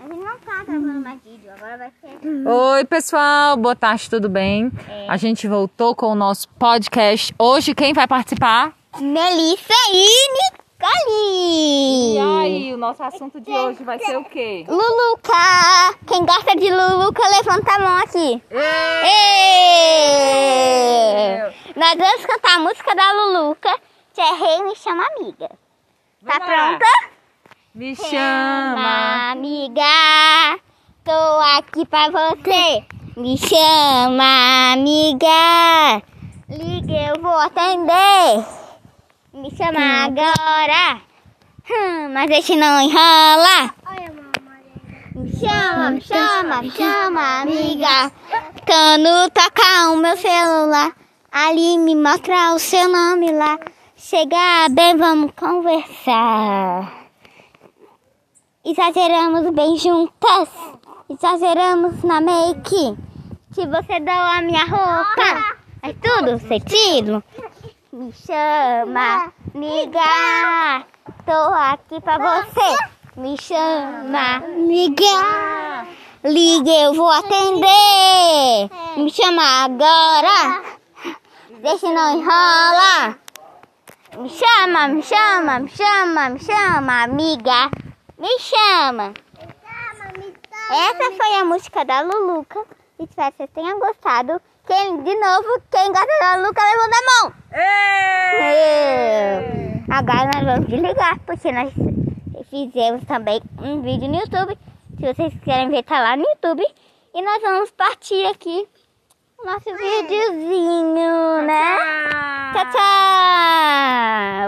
gente não tá gravando mais vídeo, agora vai ser... Oi, pessoal, boa tarde, tudo bem? A gente voltou com o nosso podcast. Hoje quem vai participar? Melissa e Nicole! E aí, o nosso assunto de hoje vai ser o quê? Luluca! Quem gosta de Luluca, levanta a mão aqui. Nós vamos cantar a música da Luluca, que é Rei Me Chama Amiga. Tá pronta? Me chama. Amiga, tô aqui pra você. Me chama, amiga. Liga, eu vou atender. Me chama agora. Mas deixa não enrola. Me chama, me chama, me chama, amiga. Quando tocar o meu celular, ali me mostra o seu nome lá. Chega bem, vamos conversar. Exageramos bem juntas. Exageramos na make. Se você dá a minha roupa, é tudo sentido. Me chama, amiga. Tô aqui pra você. Me chama, amiga. Liga, eu vou atender. Me chama agora. Deixa não enrola. Me chama, me chama, me chama, me chama, amiga. Me chama. Essa foi a música da Luluca. Espero que vocês tenham gostado. Quem gosta da Luluca, levanta a mão. Agora nós vamos desligar, porque nós fizemos também um vídeo no YouTube. Se vocês querem ver, tá lá no YouTube. E nós vamos partir aqui o nosso videozinho, né? Tchau, tchau.